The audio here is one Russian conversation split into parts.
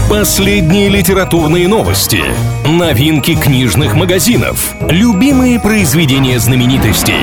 Последние литературные новости, новинки книжных магазинов, любимые произведения знаменитостей.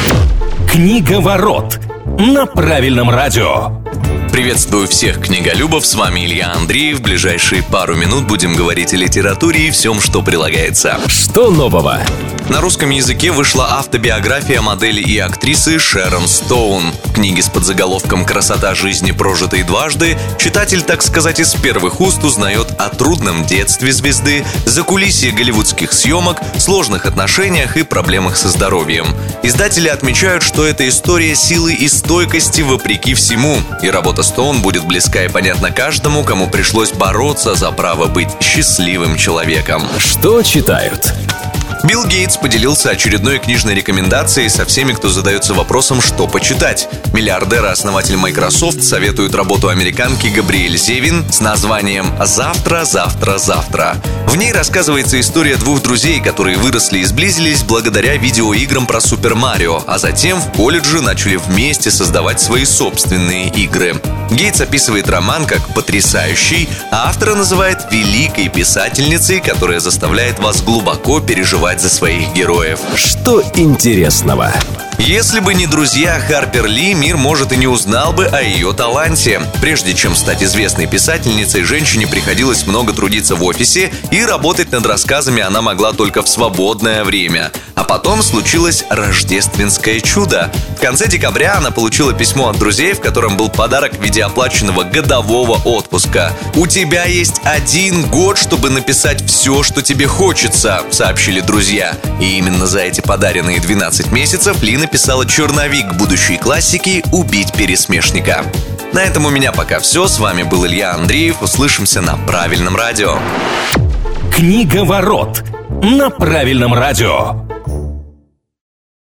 Книговорот на Правильном радио. Приветствую всех книголюбов, с вами Илья Андреев. В ближайшие пару минут будем говорить о литературе и всем, что прилагается. Что нового? На русском языке вышла автобиография модели и актрисы Шерон Стоун. В книге с подзаголовком «Красота жизни, прожитой дважды» читатель, так сказать, из первых уст узнает о трудном детстве звезды, закулисье голливудских съемок, сложных отношениях и проблемах со здоровьем. Издатели отмечают, что это история силы и стойкости вопреки всему, и работа Стоун будет близка и понятна каждому, кому пришлось бороться за право быть счастливым человеком. Что читают? Билл Гейтс поделился очередной книжной рекомендацией со всеми, кто задается вопросом, что почитать. Миллиардер и основатель Microsoft советует работу американки Габриэль Зевин с названием «Завтра, завтра, завтра». В ней рассказывается история двух друзей, которые выросли и сблизились благодаря видеоиграм про Супер Марио, а затем в колледже начали вместе создавать свои собственные игры. Гейтс описывает роман как потрясающий, а автора называет великой писательницей, которая заставляет вас глубоко переживать за своих героев. Что интересного? Если бы не друзья Харпер Ли, мир, может, и не узнал бы о ее таланте. Прежде чем стать известной писательницей, женщине приходилось много трудиться в офисе, и работать над рассказами она могла только в свободное время. А потом случилось рождественское чудо. В конце декабря она получила письмо от друзей, в котором был подарок в виде оплаченного годового отпуска. «У тебя есть 1 год, чтобы написать все, что тебе хочется», — сообщили друзья. И именно за эти подаренные 12 месяцев Ли написала черновик будущей классики «Убить пересмешника». На этом у меня пока все. С вами был Илья Андреев. Услышимся на Правильном радио. Книговорот на Правильном радио.